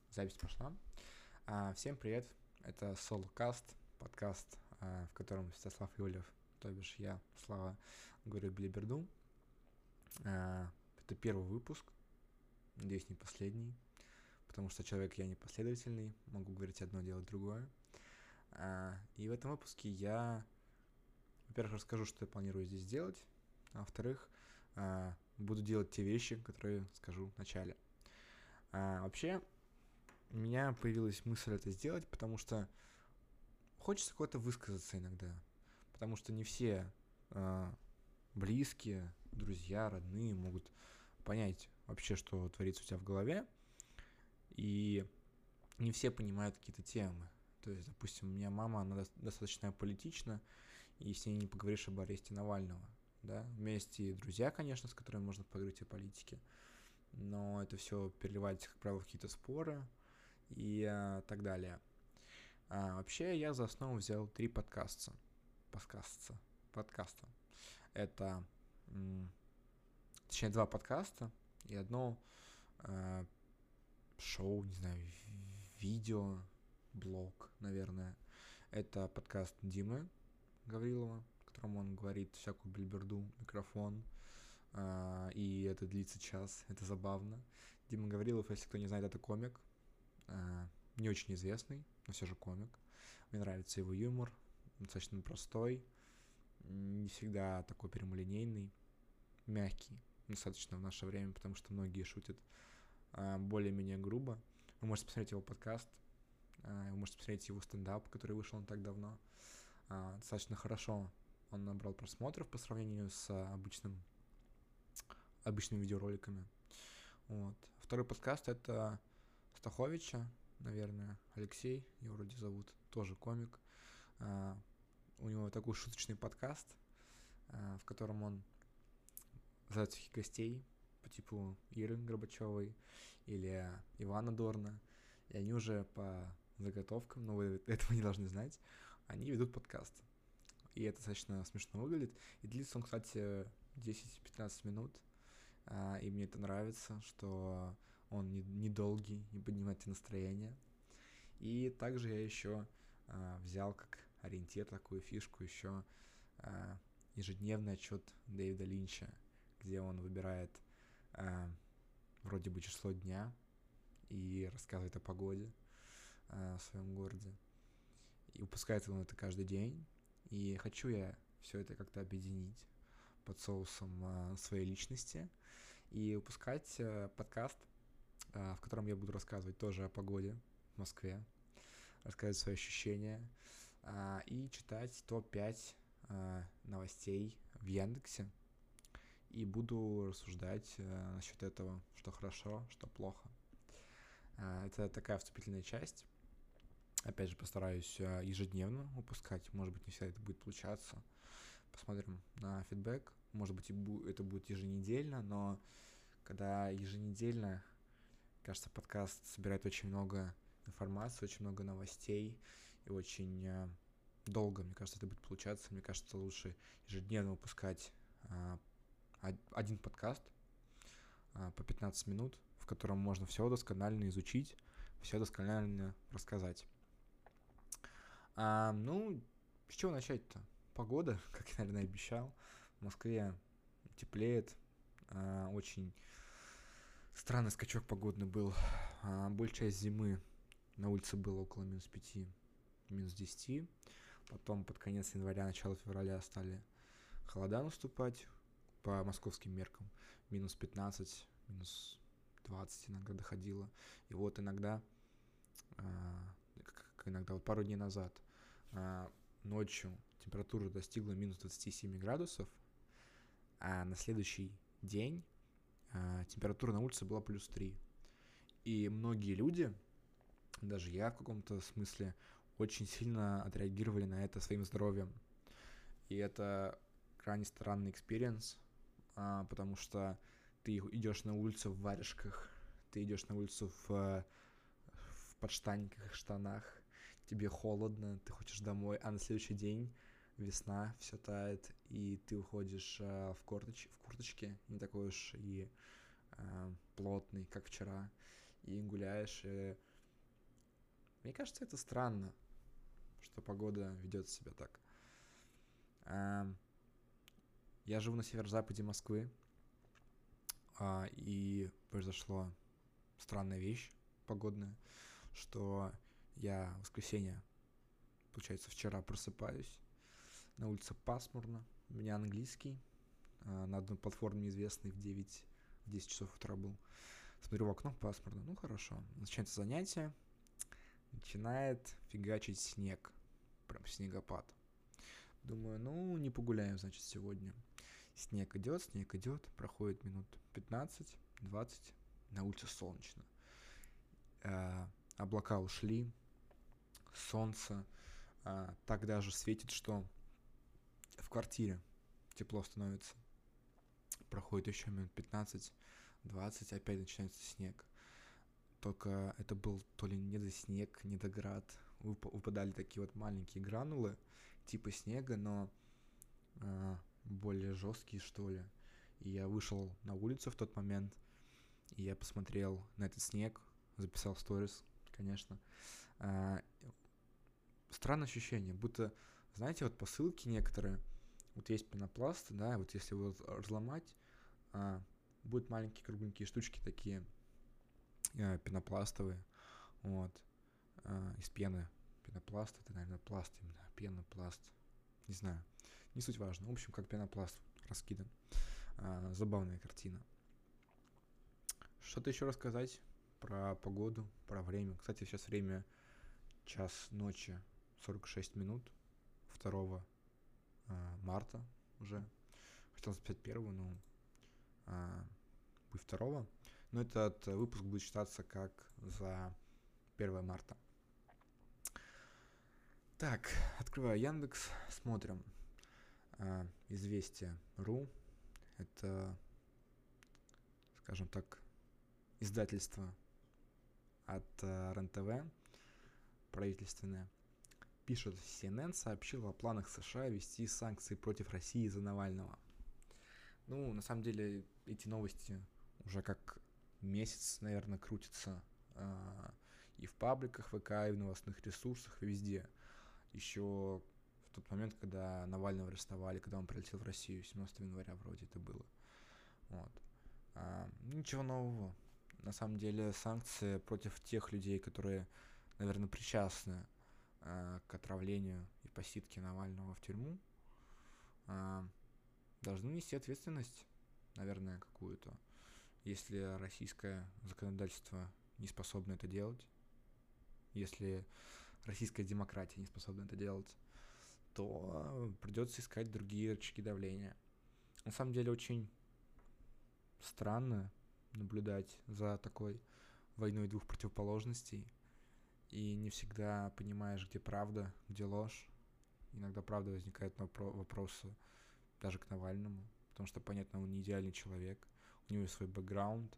Запись пошла. Всем привет, это Soulcast, подкаст, в котором Святослав Ивлев, то бишь я, Слава, говорю билиберду. Это первый выпуск, надеюсь, не последний, потому что человек я непоследовательный, могу говорить одно, делать другое. И в этом выпуске я, во-первых, расскажу, что я планирую здесь делать, а во-вторых, буду делать те вещи, которые скажу в начале. Вообще, у меня появилась мысль это сделать, потому что хочется куда-то высказаться иногда. Потому что не все близкие, друзья, родные могут понять вообще, что творится у тебя в голове. И не все понимают какие-то темы. То есть, допустим, у меня мама, она достаточно политична, и с ней не поговоришь об аресте Навального. Да? У меня есть и друзья, конечно, с которыми можно поговорить о политике, но это все переливается, как правило, в какие-то споры и так далее. Вообще, я за основу взял 3 подкаста. Это, точнее, 2 подкаста и одно шоу, не знаю, видео, блог, наверное. Это подкаст Димы Гаврилова, в котором он говорит всякую бельберду, микрофон, и это длится час, это забавно. Дима Гаврилов, если кто не знает, это комик, не очень известный, но все же комик. Мне нравится его юмор, достаточно простой, не всегда такой прямолинейный, мягкий, достаточно в наше время, потому что многие шутят более-менее грубо. Вы можете посмотреть его подкаст, вы можете посмотреть его стендап, который вышел не так давно. Достаточно хорошо он набрал просмотров по сравнению с обычными видеороликами. Вот. Второй подкаст — это Стаховича, наверное, Алексей, его вроде зовут, тоже комик. У него такой шуточный подкаст, в котором он зовет всяких гостей по типу Иры Горбачевой или Ивана Дорна, и они уже по заготовкам, но вы этого не должны знать, они ведут подкаст. И это достаточно смешно выглядит. И длится он, кстати, 10-15 минут. И мне это нравится, что он недолгий, не поднимает настроение. И также я еще взял как ориентир такую фишку еще ежедневный отчет Дэвида Линча, где он выбирает вроде бы число дня и рассказывает о погоде в своем городе. И выпускает он это каждый день. И хочу я все это как-то объединить под соусом своей личности и выпускать подкаст, в котором я буду рассказывать тоже о погоде в Москве, рассказывать свои ощущения и читать топ-5 новостей в Яндексе. И буду рассуждать насчет этого, что хорошо, что плохо. Это такая вступительная часть. Опять же, постараюсь ежедневно выпускать. Может быть, не всегда это будет получаться. Посмотрим на фидбэк. Может быть, это будет еженедельно, но когда еженедельно, кажется, подкаст собирает очень много информации, очень много новостей и очень долго, мне кажется, это будет получаться. Мне кажется, лучше ежедневно выпускать один подкаст по 15 минут, в котором можно все досконально изучить, все досконально рассказать. Ну, с чего начать-то? Погода, как я, наверное, обещал. В Москве теплеет. Очень странный скачок погодный был. Большая часть зимы на улице было около -5, -10. Потом под конец января, начало февраля стали холода наступать по московским меркам. -15, -20 иногда доходило. И вот иногда, вот пару дней назад, ночью температура достигла -27 градусов, а на следующий день температура на улице была +3. И многие люди, даже я в каком-то смысле, очень сильно отреагировали на это своим здоровьем. И это крайне странный экспириенс, потому что ты идешь на улицу в варежках, ты идешь на улицу в подштанниках, штанах, тебе холодно, ты хочешь домой, а на следующий день весна, все тает, и ты уходишь в курточке, не такой уж и плотный, как вчера, и гуляешь, и Мне кажется, это странно, что погода ведет себя так. А, Я живу на северо-западе Москвы, и произошла странная вещь погодная, что я в воскресенье, получается, вчера просыпаюсь, на улице пасмурно, у меня английский, на одной платформе известной в 10 часов утра был. Смотрю в окно, пасмурно, ну хорошо. Начинается занятие, начинает фигачить снег, прям снегопад. Думаю, ну не погуляем, значит, сегодня. Снег идет, проходит минут 15-20, на улице солнечно. Облака ушли, солнце так даже светит, что в квартире тепло становится. Проходит еще минут 15-20, опять начинается снег. Только это был то ли недоснег, недоград. Выпадали такие вот маленькие гранулы, типа снега, но более жесткие, что ли. И я вышел на улицу в тот момент, и я посмотрел на этот снег, записал сторис, конечно. Странное ощущение, будто, знаете, вот посылки некоторые, вот есть пенопласт, да, вот если его разломать, будут маленькие кругленькие штучки такие, пенопластовые, вот, из пены. Пенопласт, это, наверное, пласт именно, пенопласт, не знаю, не суть важно. В общем, как пенопласт раскидан. Забавная картина. Что-то еще рассказать про погоду, про время. Кстати, сейчас время час ночи 46 минут 2 марта уже. Хотел записать 1, но будет 2. Но этот выпуск будет считаться как за 1 марта. Так, открываю Яндекс, смотрим. Известия.ру. Это, скажем так, издательство от РЕН-ТВ, правительственное. Пишет, CNN сообщил о планах США ввести санкции против России из-за Навального. Ну, на самом деле, эти новости уже как месяц, наверное, крутятся и в пабликах ВК, и в новостных ресурсах, и везде. Еще в тот момент, когда Навального арестовали, когда он прилетел в Россию, 17 января вроде это было. Вот. Ничего нового. На самом деле санкции против тех людей, которые, наверное, причастны к отравлению и посадке Навального в тюрьму, должны нести ответственность, наверное, какую-то. Если российское законодательство не способно это делать, если российская демократия не способна это делать, то придется искать другие рычаги давления. На самом деле очень странно наблюдать за такой войной двух противоположностей, и не всегда понимаешь, где правда, где ложь. Иногда, правда, возникают вопросы даже к Навальному, потому что, понятно, он не идеальный человек, у него есть свой бэкграунд.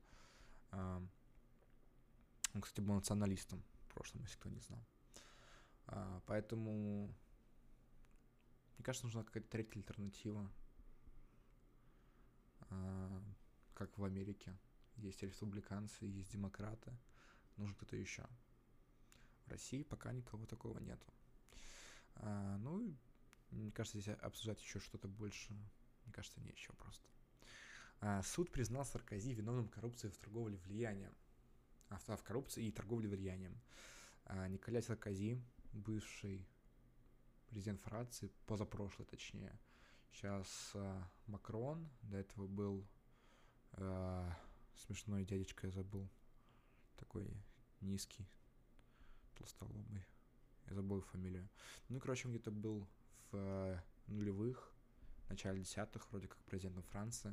Он, кстати, был националистом в прошлом, если кто не знал. Поэтому, мне кажется, нужна какая-то третья альтернатива, как в Америке. Есть республиканцы, есть демократы, нужен кто-то еще. В России пока никого такого нету. Ну, мне кажется, здесь обсуждать еще что-то больше, мне кажется, нечего просто. Суд признал Саркози виновным в коррупции в торговле влиянием. В коррупции и торговле влиянием. Николя Саркози, бывший президент Франции, позапрошлый точнее. Сейчас Макрон, до этого был смешной дядечка, я забыл, такой низкий, толстолобый, я забыл фамилию. Ну, короче, он где-то был в нулевых, в начале десятых, вроде как президентом Франции.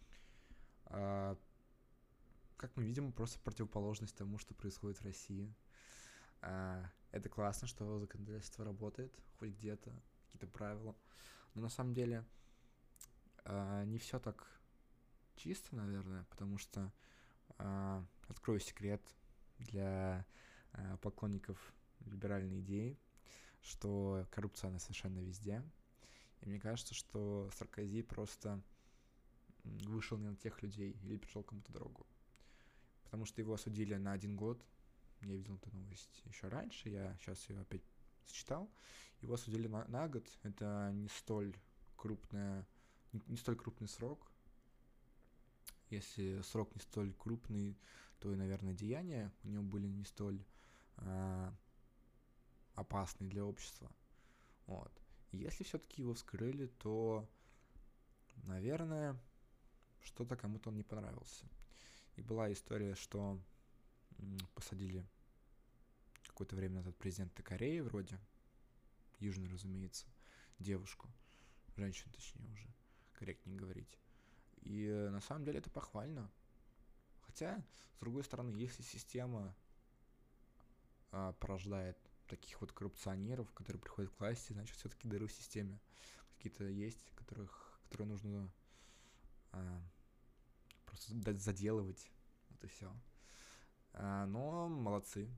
Как мы видим, просто противоположность тому, что происходит в России. Это классно, что законодательство работает, хоть где-то, какие-то правила. Но на самом деле не все так чисто, наверное, потому что, открою секрет для поклонников либеральной идеи, что коррупция, она совершенно везде. И мне кажется, что Саркози просто вышел не на тех людей или пришел кому-то другу. Потому что его осудили на 1 год Я видел эту новость еще раньше, я сейчас ее опять сочетал. Его судили на год. Это не столь крупный срок. Если срок не столь крупный, то и, наверное, деяния у него были не столь опасные для общества. Вот. И если все-таки его вскрыли, то, наверное, что-то кому-то он не понравился. И была история, что посадили какое-то время назад президента Кореи вроде, южной, разумеется, девушку, женщину точнее уже, корректнее говорить. И на самом деле это похвально. Хотя, с другой стороны, если система порождает таких вот коррупционеров, которые приходят к власти, значит, все-таки дыры в системе какие-то есть, которые нужно просто заделывать. Вот и все. Но молодцы.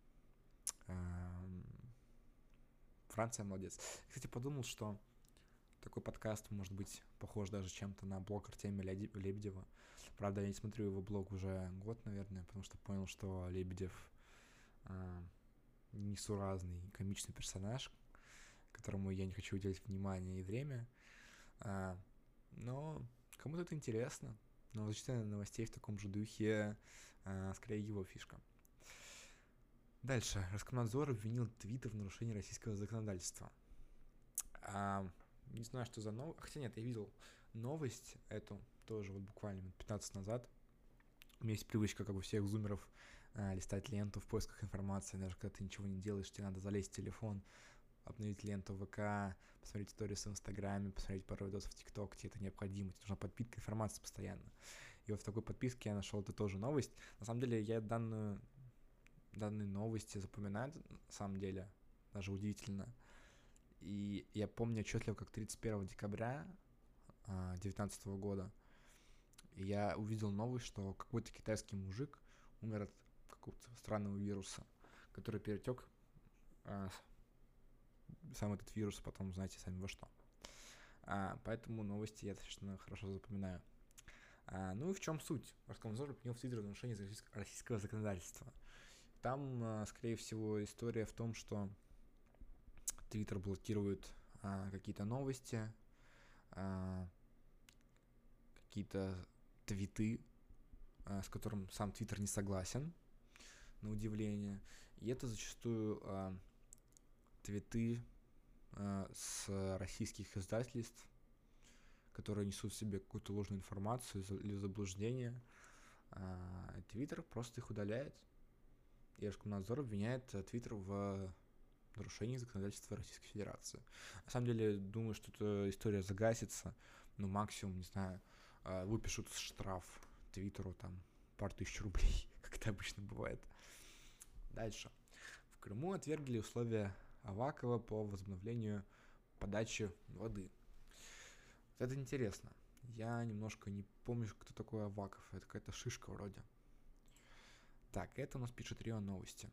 Франция молодец. Кстати, подумал, что такой подкаст может быть похож даже чем-то на блог Артемия Лебедева. Правда, я не смотрю его блог уже год, наверное, потому что понял, что Лебедев несуразный, комичный персонаж, которому я не хочу уделять внимание и время. Но кому-то это интересно. Но зачитание новостей в таком же духе скорее его фишка. Дальше. Роскомнадзор обвинил Твиттер в нарушении российского законодательства. Не знаю, что за новость. Хотя нет, я видел новость эту тоже вот буквально 15 назад. У меня есть привычка, как у всех зумеров, листать ленту в поисках информации. Даже когда ты ничего не делаешь, тебе надо залезть в телефон, обновить ленту в ВК, посмотреть сторис в Инстаграме, посмотреть пару видосов в ТикТок. Тебе это необходимо. Тебе нужна подпитка информации постоянно. И вот в такой подписке я нашел эту тоже новость. На самом деле я данные новости запоминаю, на самом деле, даже удивительно. И я помню отчетливо, как 31 декабря 2019 года я увидел новость, что какой-то китайский мужик умер от какого-то странного вируса, который перетек сам этот вирус, потом знаете сами во что. Поэтому новости я достаточно хорошо запоминаю. Ну и в чем суть? Роскомнадзор обвинил в Твиттере в нарушении российского законодательства. Там, скорее всего, история в том, что Твиттер блокирует какие-то новости, какие-то твиты, с которым сам Твиттер не согласен, на удивление. И это зачастую твиты с российских издательств, которые несут в себе какую-то ложную информацию или заблуждение. Твиттер просто их удаляет. И Роскомнадзор обвиняет Твиттер в нарушении законодательства Российской Федерации. На самом деле, думаю, что эта история загасится, ну, максимум, не знаю, выпишут штраф Твиттеру, там, пару тысяч рублей, как это обычно бывает. Дальше. В Крыму отвергли условия Авакова по возобновлению подачи воды. Вот это интересно. Я немножко не помню, кто такой Аваков. Это какая-то шишка вроде. Так, это у нас пишет РИА Новости.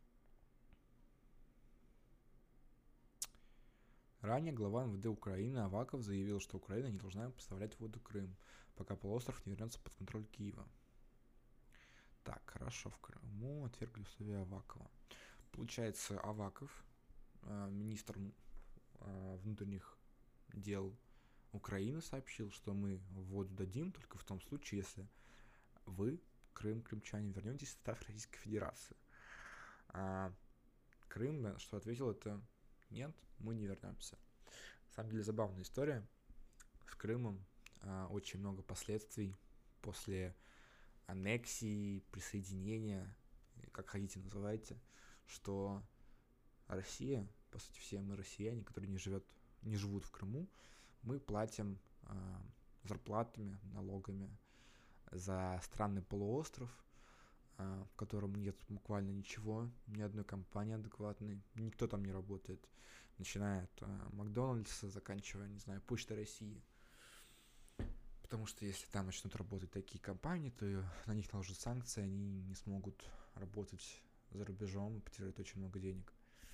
Ранее глава МВД Украины Аваков заявил, что Украина не должна поставлять воду в Крым, пока полуостров не вернется под контроль Киева. Так, хорошо, в Крыму отвергли условия Авакова. Получается, Аваков, министр внутренних дел Украины, сообщил, что мы воду дадим только в том случае, если вы, крымчане, вернетесь в состав Российской Федерации. А Крым, что ответил, это нет, мы не вернемся. На самом деле забавная история. С Крымом очень много последствий после аннексии, присоединения, как хотите называйте, что Россия, по сути все мы россияне, которые не живут в Крыму, мы платим зарплатами, налогами за странный полуостров, в котором нет буквально ничего, ни одной компании адекватной, никто там не работает, начиная от Макдональдса, заканчивая, не знаю, Почтой России. Потому что если там начнут работать такие компании, то на них наложат санкции, они не смогут работать за рубежом и потеряют очень много денег.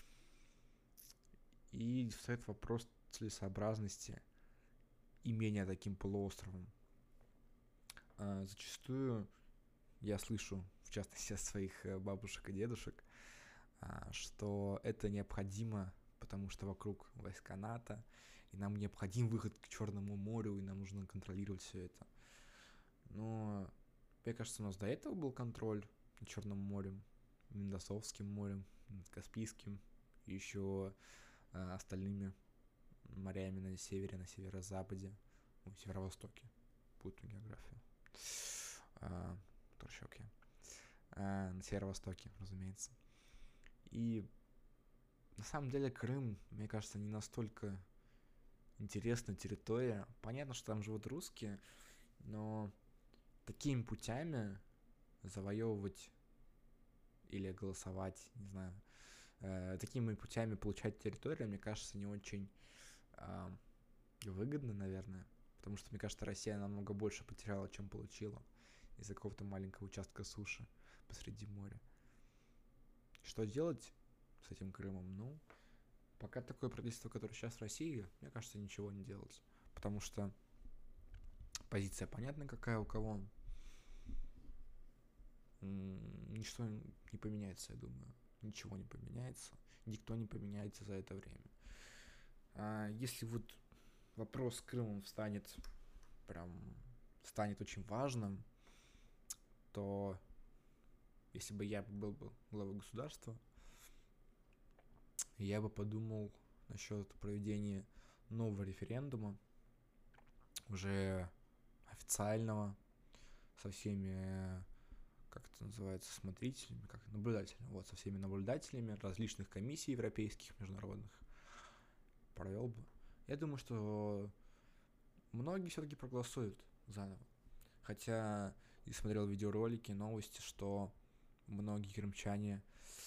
И встает вопрос целесообразности имения таким полуостровом. Зачастую я слышу в частности от своих бабушек и дедушек, что это необходимо, потому что вокруг войска НАТО, и нам необходим выход к Черному морю, и нам нужно контролировать все это. Но мне кажется, у нас до этого был контроль над Черным морем, над Азовским морем, над Каспийским, и еще остальными морями на севере, на северо-западе, северо-востоке, путаю географию. Торщок я. На северо-востоке, разумеется. И на самом деле Крым, мне кажется, не настолько интересная территория. Понятно, что там живут русские, но такими путями завоевывать или голосовать, не знаю, такими путями получать территорию, мне кажется, не очень выгодно, наверное. Потому что, мне кажется, Россия намного больше потеряла, чем получила из-за какого-то маленького участка суши посреди моря. Что делать с этим Крымом? Ну, пока такое правительство, которое сейчас в России, мне кажется, ничего не делать. Потому что позиция понятна, какая у кого. Ничто не поменяется, я думаю. Ничего не поменяется. Никто не поменяется за это время. Если вот вопрос с Крымом станет очень важным, то если бы я был бы главой государства, я бы подумал насчет проведения нового референдума, уже официального, со всеми, как это называется, смотрителями, как наблюдателями, вот, со всеми наблюдателями различных комиссий европейских, международных, провел бы. Я думаю, что многие все-таки проголосуют заново. Хотя я смотрел видеоролики, новости, что многие крымчане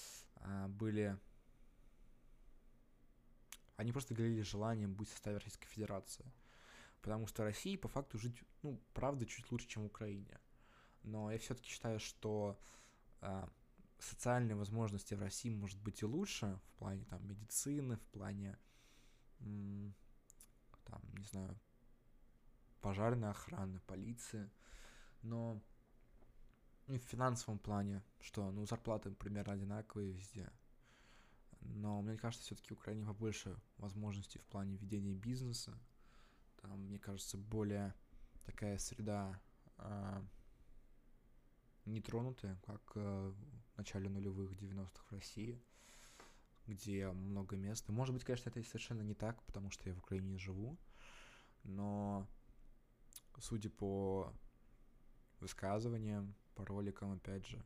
они просто горели желанием быть в составе Российской Федерации. Потому что России по факту жить, правда, чуть лучше, чем в Украине. Но я все-таки считаю, что социальные возможности в России может быть и лучше в плане медицины, в плане не знаю, пожарной охраны, полиции, но и в финансовом плане, что, зарплаты примерно одинаковые везде. Но мне кажется, все-таки в Украине побольше возможностей в плане ведения бизнеса. Там, мне кажется, более такая среда нетронутая, как в начале нулевых 90-х в России, где много мест. И, может быть, конечно, это совершенно не так, потому что я в Украине не живу, но судя по высказываниям, по роликам, опять же,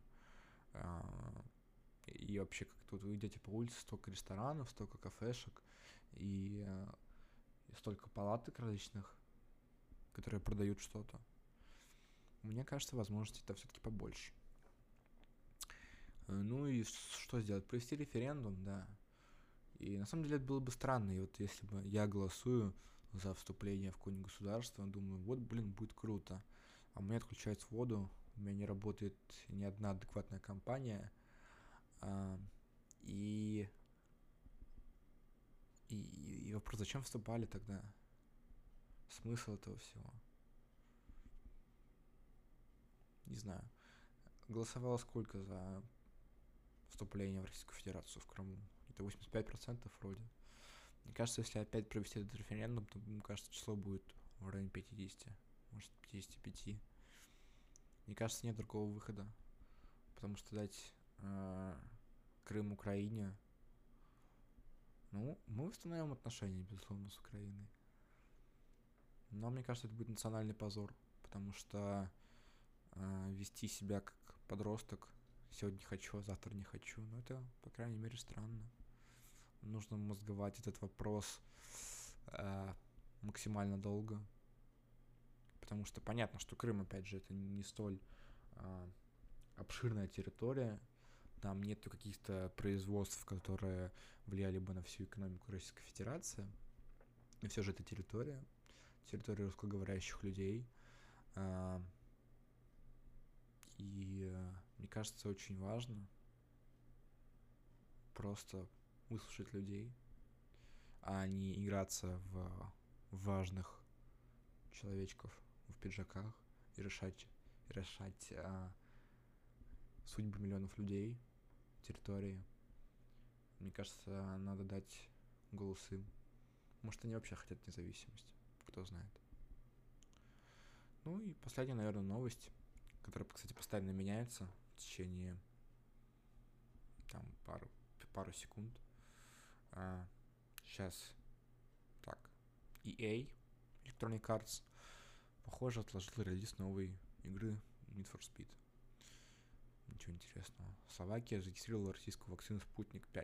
и вообще, как тут вы идете по улице, столько ресторанов, столько кафешек и столько палаток различных, которые продают что-то. Мне кажется, возможностей-то все-таки побольше. Ну и что сделать? Провести референдум, да. И на самом деле это было бы странно, и вот если бы я голосую за вступление в какое-нибудь государство, думаю, вот, будет круто. А у меня отключают воду, у меня не работает ни одна адекватная компания, и вопрос, зачем вступали тогда? Смысл этого всего? Не знаю. Голосовало сколько за вступление в Российскую Федерацию в Крыму? Это 85% вроде. Мне кажется, если опять провести этот референдум, то, мне кажется, число будет в районе 50, может 55. Мне кажется, нет другого выхода. Потому что дать Крым Украине, мы восстановим отношения, безусловно, с Украиной. Но мне кажется, это будет национальный позор, потому что вести себя как подросток, сегодня хочу, а завтра не хочу, это, по крайней мере, странно. Нужно мозговать этот вопрос максимально долго, потому что понятно, что Крым, опять же, это не столь обширная территория, там нету каких-то производств, которые влияли бы на всю экономику Российской Федерации, но все же это территория русскоговорящих людей, и мне кажется, очень важно просто выслушать людей, а не играться в важных человечков в пиджаках и решать судьбы миллионов людей, территории. Мне кажется, надо дать голос им. Может, они вообще хотят независимости, кто знает. Ну и последняя, наверное, новость, которая, кстати, постоянно меняется в течение там пару секунд. Сейчас так. EA, Electronic Arts, похоже, отложил релиз новой игры Need for Speed. Ничего интересного. Словакия зарегистрировала российскую вакцину «Спутник 5».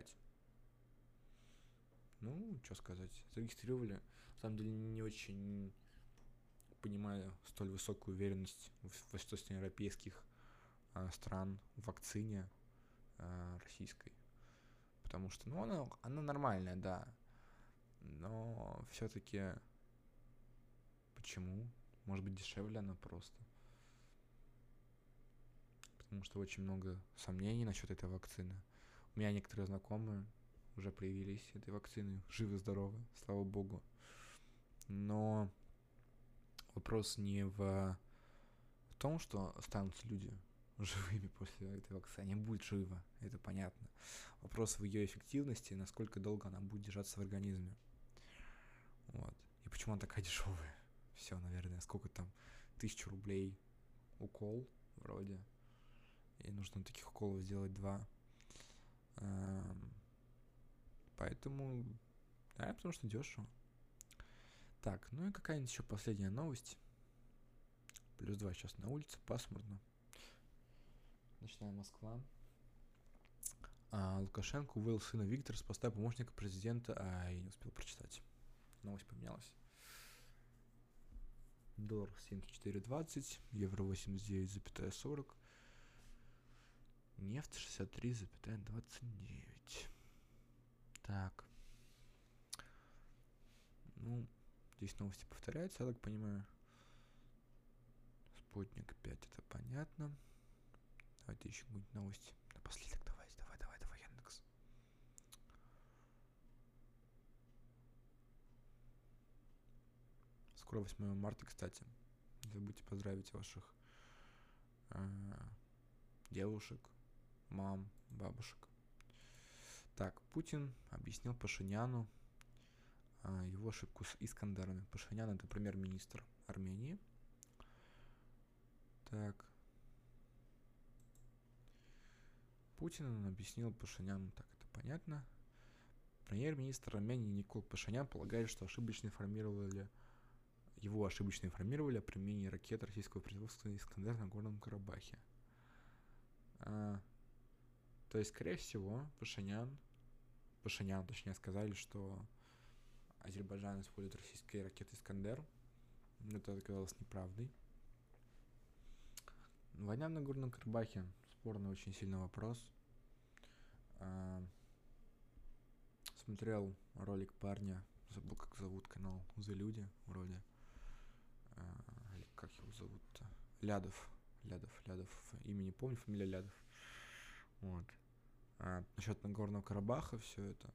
Ну, что сказать. Зарегистрировали. На самом деле, не очень понимаю столь высокую уверенность в восточноевропейских стран в вакцине российской. Потому что, ну, она нормальная, да. Но все-таки почему? Может быть, дешевле она просто. Потому что очень много сомнений насчет этой вакцины. У меня некоторые знакомые уже привились этой вакцины, живы-здоровы, слава богу. Но вопрос не в том, что останутся люди живыми после этой вакцины. Они будут живы, это понятно. Вопрос в ее эффективности, насколько долго она будет держаться в организме. Вот. И почему она такая дешевая? Все, наверное, сколько там? 1000 рублей укол вроде. И нужно таких уколов сделать 2. Поэтому, да, потому что дешево. Так, ну и какая-нибудь еще последняя новость. +2 сейчас на улице, пасмурно. Ночная Москва. Лукашенко уволил сына Виктора с поста помощника президента. Я не успел прочитать. Новость поменялась. Доллар 74.20, евро 89,40, нефть 63,29. Так. Ну, здесь новости повторяются, я так понимаю. Спутник 5, это понятно. Давайте еще какую-нибудь новость. Напоследок, давай, Яндекс. Скоро 8 марта, кстати. Не забудьте поздравить ваших девушек, мам, бабушек. Так, Путин объяснил Пашиняну его ошибку с Искандерами. Пашинян — это премьер-министр Армении. Так. Путин объяснил Пашиняну, так, это понятно. Премьер-министр Армении Никол Пашинян полагает, что его ошибочно информировали о применении ракет российского производства «Искандер» на Горном Карабахе. То есть, скорее всего, Пашинян, точнее, сказали, что Азербайджан использует российские ракеты «Искандер». Это оказалось неправдой. Война на Горном Карабахе — спорный очень сильный вопрос. Смотрел ролик парня, забыл, как зовут канал, «За люди» вроде. Как его зовут-то? Лядов. Имя не помню, фамилия Лядов. Вот. Насчет Нагорного Карабаха все это.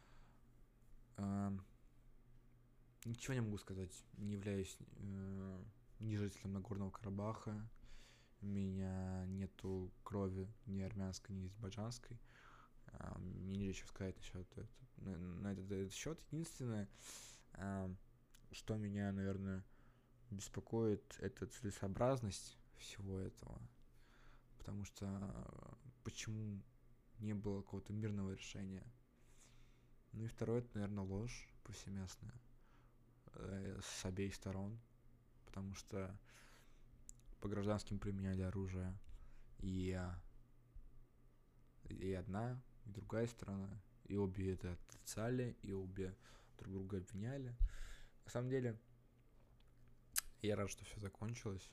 Ничего не могу сказать. Не являюсь ни жителем Нагорного Карабаха. У меня нету крови ни армянской, ни азербайджанской. Мне нечего сказать на этот счет. Единственное, что меня, наверное, беспокоит, это целесообразность всего этого. Потому что почему не было какого-то мирного решения? Ну и второе, это, наверное, ложь повсеместная с обеих сторон. Потому что по гражданским применяли оружие и одна, и другая сторона. И обе это отрицали, и обе друг друга обвиняли. На самом деле, я рад, что все закончилось.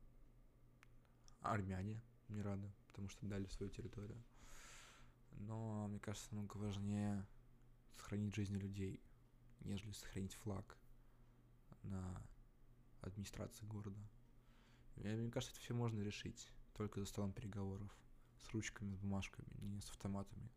Армяне не рады, потому что дали свою территорию. Но, мне кажется, намного важнее сохранить жизни людей, нежели сохранить флаг на администрации города. Мне кажется, это все можно решить только за столом переговоров. С ручками, с бумажками, не с автоматами.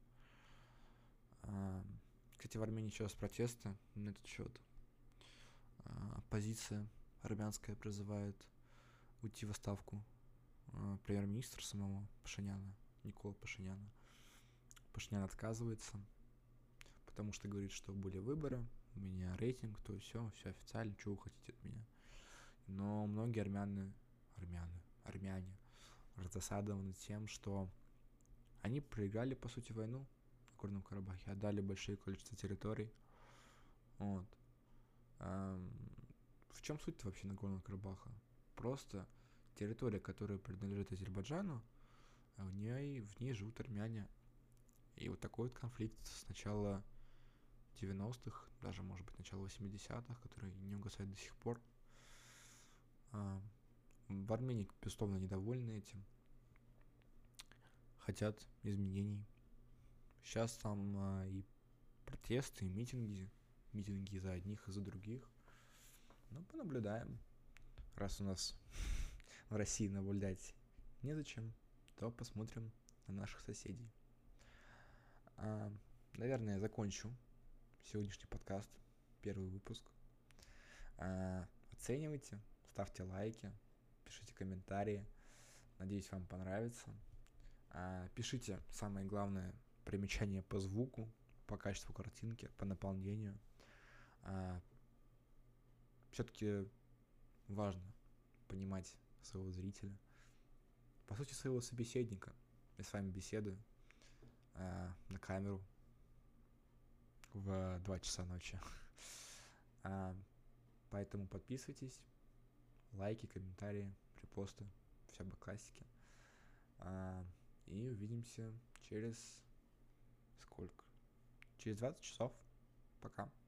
Кстати, в Армении сейчас протесты на этот счет. Оппозиция армянская призывает уйти в отставку премьер-министра самого Пашиняна. Никола Пашиняна. Пашинян отказывается, потому что говорит, что были выборы, у меня рейтинг, то все официально, что вы хотите от меня. Но многие армяне раздосадованы тем, что они проиграли, по сути, войну в Горном Карабахе, отдали большое количество территорий. Вот. В чем суть вообще Нагорного Карабаха? Просто территория, которая принадлежит Азербайджану, в ней живут армяне. И вот такой вот конфликт с начала 90-х, даже, может быть, начала 80-х, который не угасает до сих пор. В Армении, безусловно, недовольны этим. Хотят изменений. Сейчас там и протесты, и митинги за одних и за других. Ну, понаблюдаем. Раз у нас в России наблюдать незачем, то посмотрим на наших соседей. Наверное, я закончу сегодняшний подкаст, первый выпуск. Оценивайте, ставьте лайки, пишите комментарии. Надеюсь, вам понравится. Пишите, самое главное, примечания по звуку, по качеству картинки, по наполнению. Все-таки важно понимать своего зрителя, по сути, своего собеседника. Я с вами беседую на камеру в 2 часа ночи. Поэтому подписывайтесь, лайки, комментарии, репосты, все по классике. И увидимся через сколько? Через 20 часов. Пока.